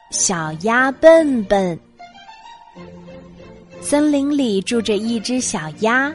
小鸭笨笨。森林里住着一只小鸭，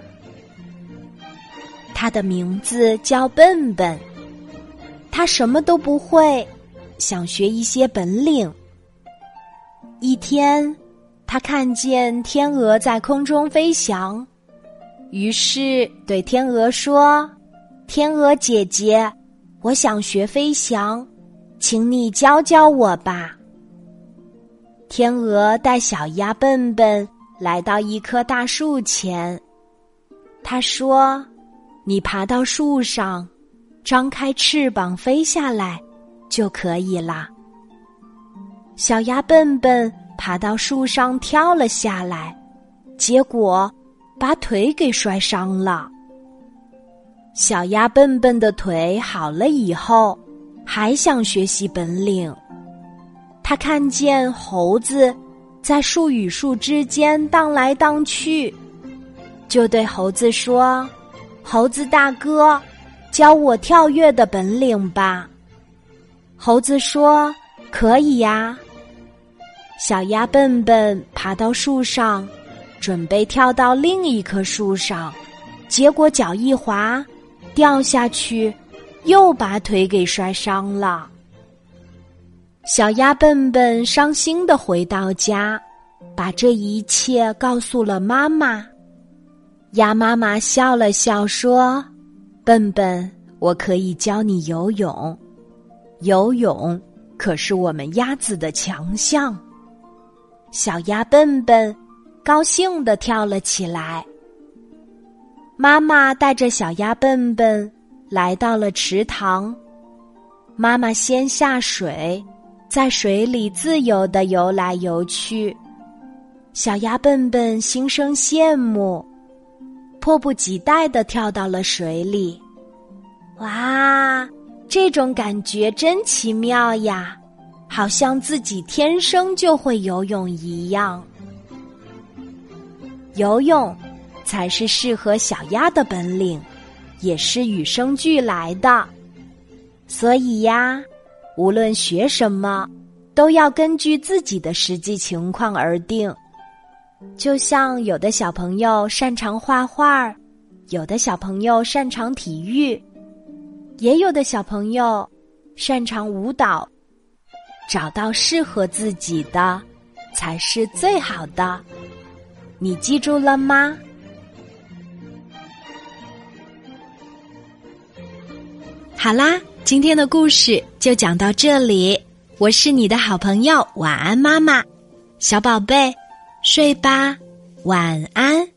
它的名字叫笨笨。它什么都不会，想学一些本领。一天，它看见天鹅在空中飞翔，于是对天鹅说：“天鹅姐姐，我想学飞翔，请你教教我吧。”天鹅带小鸭笨笨来到一棵大树前，他说：“你爬到树上，张开翅膀飞下来，就可以啦。”小鸭笨笨爬到树上跳了下来，结果把腿给摔伤了。小鸭笨笨的腿好了以后，还想学习本领。他看见猴子在树与树之间荡来荡去，就对猴子说：“猴子大哥，教我跳跃的本领吧。”猴子说：“可以呀。”小鸭笨笨爬到树上，准备跳到另一棵树上，结果脚一滑，掉下去，又把腿给摔伤了。小鸭笨笨伤心地回到家，把这一切告诉了妈妈。鸭妈妈笑了笑说：“笨笨，我可以教你游泳，游泳可是我们鸭子的强项。”小鸭笨笨高兴地跳了起来。妈妈带着小鸭笨笨来到了池塘，妈妈先下水，在水里自由地游来游去。小鸭笨笨心生羡慕，迫不及待地跳到了水里。哇，这种感觉真奇妙呀，好像自己天生就会游泳一样。游泳才是适合小鸭的本领，也是与生俱来的。所以呀，无论学什么，都要根据自己的实际情况而定。就像有的小朋友擅长画画，有的小朋友擅长体育，也有的小朋友擅长舞蹈。找到适合自己的，才是最好的。你记住了吗？好啦，今天的故事就讲到这里。我是你的好朋友晚安妈妈，小宝贝，睡吧，晚安。